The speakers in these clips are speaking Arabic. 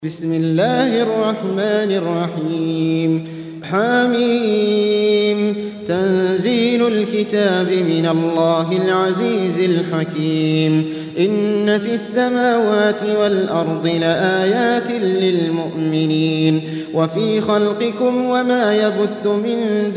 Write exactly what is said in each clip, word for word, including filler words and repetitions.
بسم الله الرحمن الرحيم حميم تنزيل الكتاب من الله العزيز الحكيم إن في السماوات والأرض لآيات للمؤمنين وفي خلقكم وما يبث من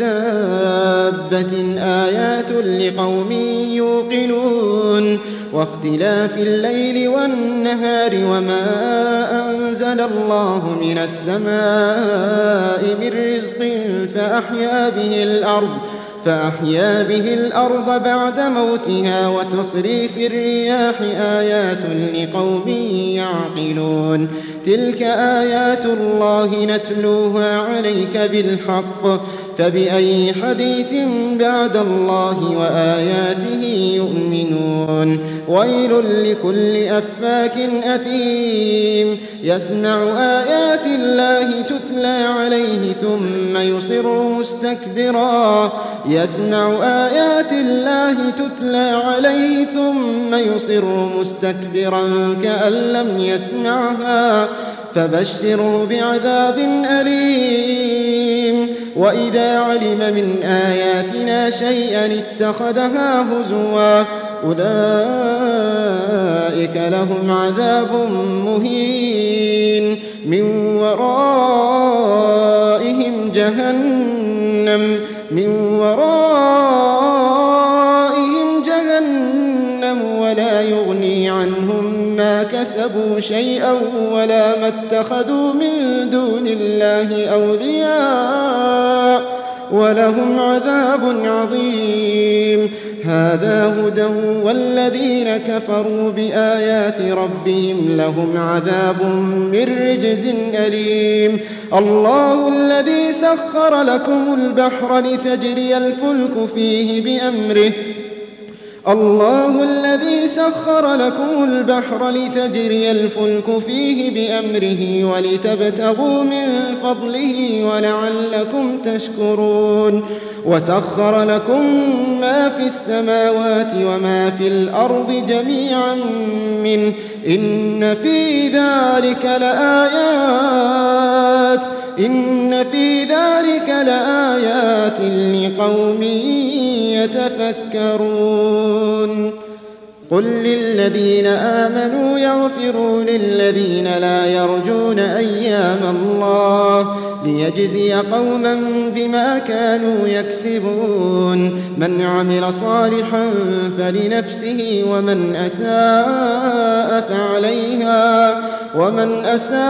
دابة آيات لقوم يوقنون واختلاف الليل والنهار وما أنزل الله من السماء من رزق فأحيا به الأرض فأحيا به الأرض بعد موتها وتصريف الرياح آيات لقوم يعقلون تلك آيات الله نتلوها عليك بالحق فبأي حديث بعد الله وآياته يؤمنون ويل لكل أفاك أثيم يسمع آيات الله تتلى عليه ثم يصر مستكبرا يسمع آيات الله تتلى عليه ثم يصر مستكبرا كأن لم يسمعها فبشره بعذاب أليم وإذا علم من آياتنا شيئا اتخذها هزوا أولئك لهم عذاب مهين من ورائهم جهنم من ورائهم جهنم ولا يغني عنهم ما كسبوا شيئا ولا ما اتخذوا من دون الله أولياء ولهم عذاب عظيم هذا هدى والذين كفروا بآيات ربهم لهم عذاب من رجز أليم الله الذي سخر لكم البحر لتجري الفلك فيه بأمره الله الذي سخر لكم البحر لتجري الفلك فيه بأمره ولتبتغوا من فضله ولعلكم تشكرون وسخر لكم ما في السماوات وما في الأرض جميعا منه إن في ذلك لآيات إن في ذلك لآيات لقوم يتفكرون قل للذين آمنوا يغفروا للذين لا يرجون أيام الله ليجزي قوما بما كانوا يكسبون من عمل صالحا فلنفسه ومن أساء فعليها ومن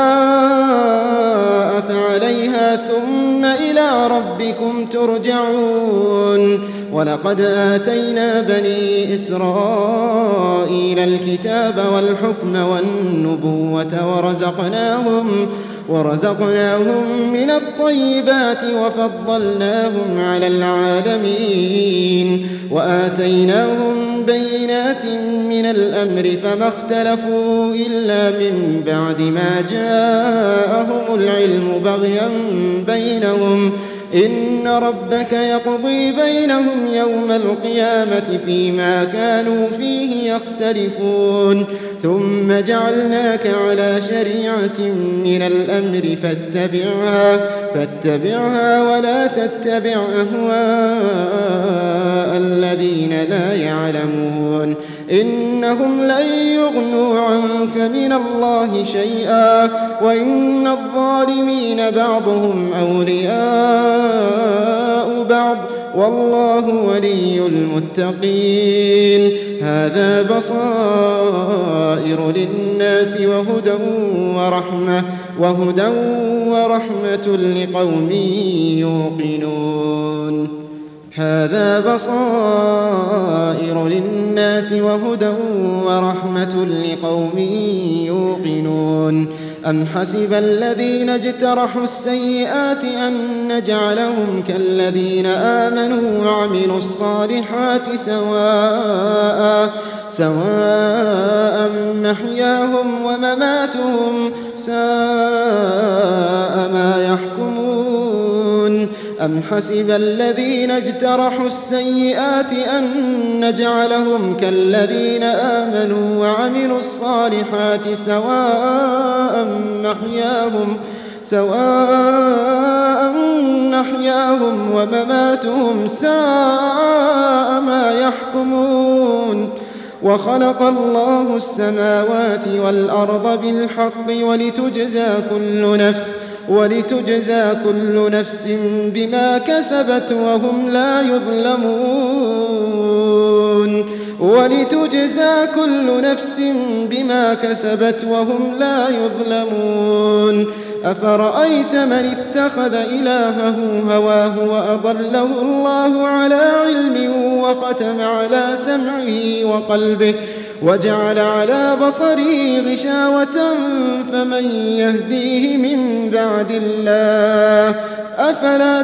أساء فعليها ثم إلى ربكم ترجعون ولقد آتينا بني إسرائيل الكتاب والحكم والنبوة ورزقناهم ورزقناهم من الطيبات وفضلناهم على العالمين وآتيناهم بينات من الأمر فما اختلفوا إلا من بعد ما جاءهم العلم بغيا بينهم إن ربك يقضي بينهم يوم القيامة فيما كانوا فيه يختلفون ثم جعلناك على شريعة من الأمر فاتبعها فاتبعها ولا تتبع أهواء الذين لا يعلمون إنهم لن يغنوا عنك من الله شيئا وإن الظالمين بعضهم أولياء بعض والله ولي المتقين هذا بصائر للناس وهدى ورحمة وهدى ورحمة لقوم يوقنون هذا بصائر للناس وهدى ورحمة لقوم يوقنون أم حسب الذين اجترحوا السيئات أن نجعلهم كالذين آمنوا وعملوا الصالحات سواء سواء محياهم ومماتهم ساء ما يحكمون أم حسب الذين اجترحوا السيئات أن نجعلهم كالذين آمنوا وعملوا الصالحات سواء محياهم سواء محياهم ومماتهم ساء ما يحكمون وخلق الله السماوات والأرض بالحق ولتجزى كل نفس ولتجزى كل نفس بما كسبت وهم لا يظلمون ولتجزى كل نفس بما كسبت وهم لا يظلمون أفرأيت من اتخذ إلهه هواه وأضله الله على علم وختم على سمعه وقلبه وجعل على بصره غشاوة فمن يهديه من بعد الله أفلا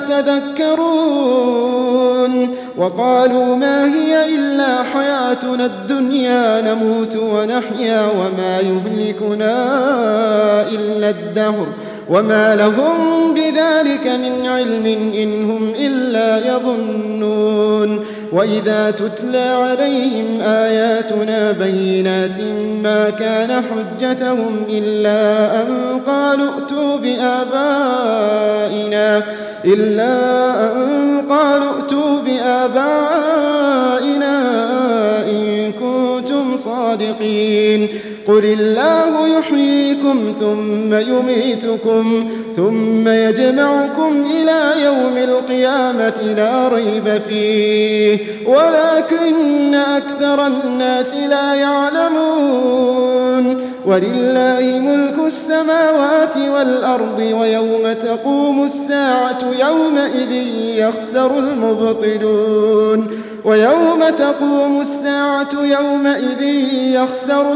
تذكرون وقالوا ما هي إلا حياتنا الدنيا نموت ونحيا وما يهلكنا إلا الدهر وما لهم بذلك من علم إن هم إلا يظنون وإذا تتلى عليهم آياتنا بينات ما كان حجتهم إلا أن قالوا ائتوا بآبائنا إلا أن قالوا ائتوا بآبائنا إن كنتم صادقين قل الله يحييكم ثم يميتكم ثم يجمعكم إلى يوم القيامة لا ريب فيه ولكن أكثر الناس لا يعلمون ولله ملك السماوات والأرض ويوم تقوم الساعة يومئذ يخسر المبطلون ويوم تقوم الساعة يومئذ يخسر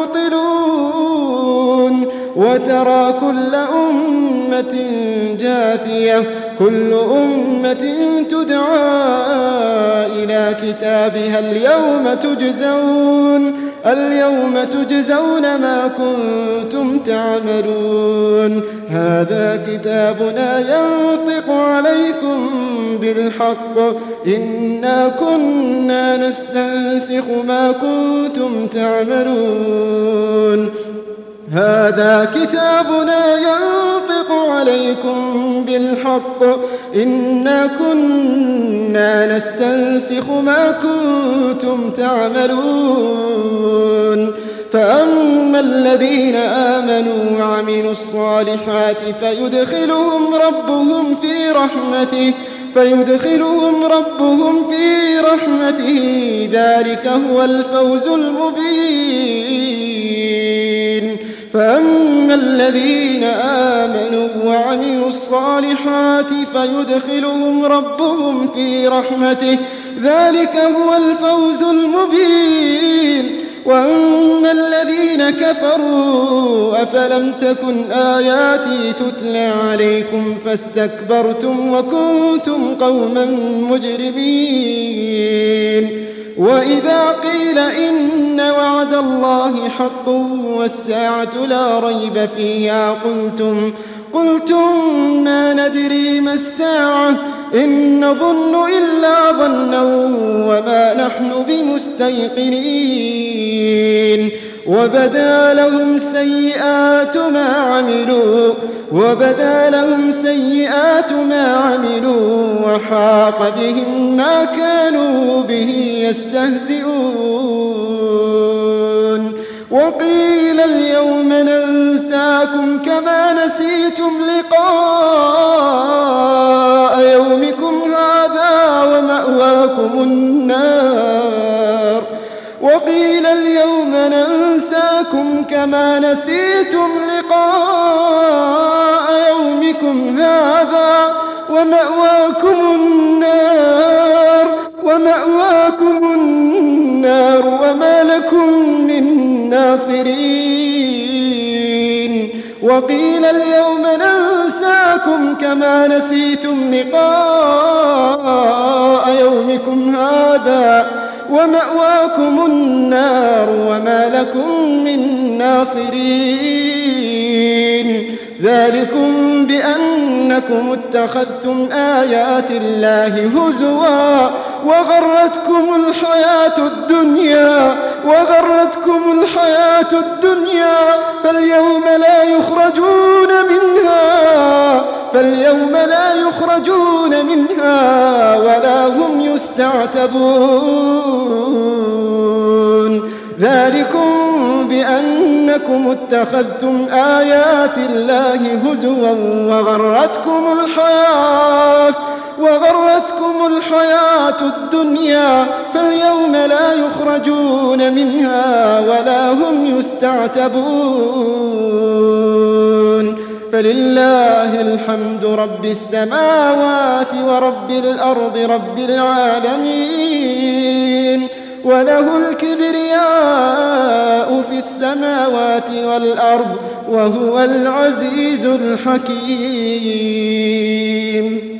المبطلون وترى كل أمة جاثية كل أمة تدعى إلى كتابها اليوم تجزون اليوم تجزون ما كنتم تعملون هذا كتابنا ينطق عليكم بالحق إنا كنا نستنسخ ما كنتم تعملون هذا كتابنا ينطق عليكم بالحق إنا كنا نستنسخ ما كنتم تعملون فأما الذين آمنوا وعملوا الصالحات فيدخلهم ربهم في رحمته فيدخلهم ربهم في رحمته ذلك هو الفوز المبين فأما الذين آمنوا وعملوا الصالحات فيدخلهم ربهم في رحمته ذلك هو الفوز المبين وأما الذين كفروا أفلم تكن آياتي تتلى عليكم فاستكبرتم وكنتم قوما مجرمين وإذا قيل إن وعد الله حق والساعة لا ريب فيها قلتم قلتم ما ندري ما الساعة إن نظن إلا ظنا وما نحن بمستيقنين وبدا لهم سيئات ما عملوا وبدا لهم سيئات ما عملوا وحاق بهم ما كانوا به يستهزئون وقيل اليوم ننساكم كما نسيتم لقاء يومكم هذا ومأواكم النار وقيل اليوم ننساكم كما نسيتم لقاء يومكم هذا ومأواكم النار ومأواكم النار وما لكم من ناصرين وقيل اليوم ننساكم كما نسيتم لقاء يومكم هذا ومأواكم النار وما لكم من ناصرين ذلكم بأنكم اتخذتم آيات الله هزوا وغرتكم الحياة الدنيا وغرتكم الحياة الدنيا فاليوم لا يخرجون منها فاليوم لا يخرجون منها ولا هم يستعتبون ذلكم بأنكم اتخذتم آيات الله هزوا وغرتكم الحياة وغرتكم الحياة الدنيا فاليوم لا يخرجون منها ولا هم يستعتبون فلله الحمد رب السماوات ورب الأرض رب العالمين وله الكبرياء في السماوات والأرض وهو العزيز الحكيم.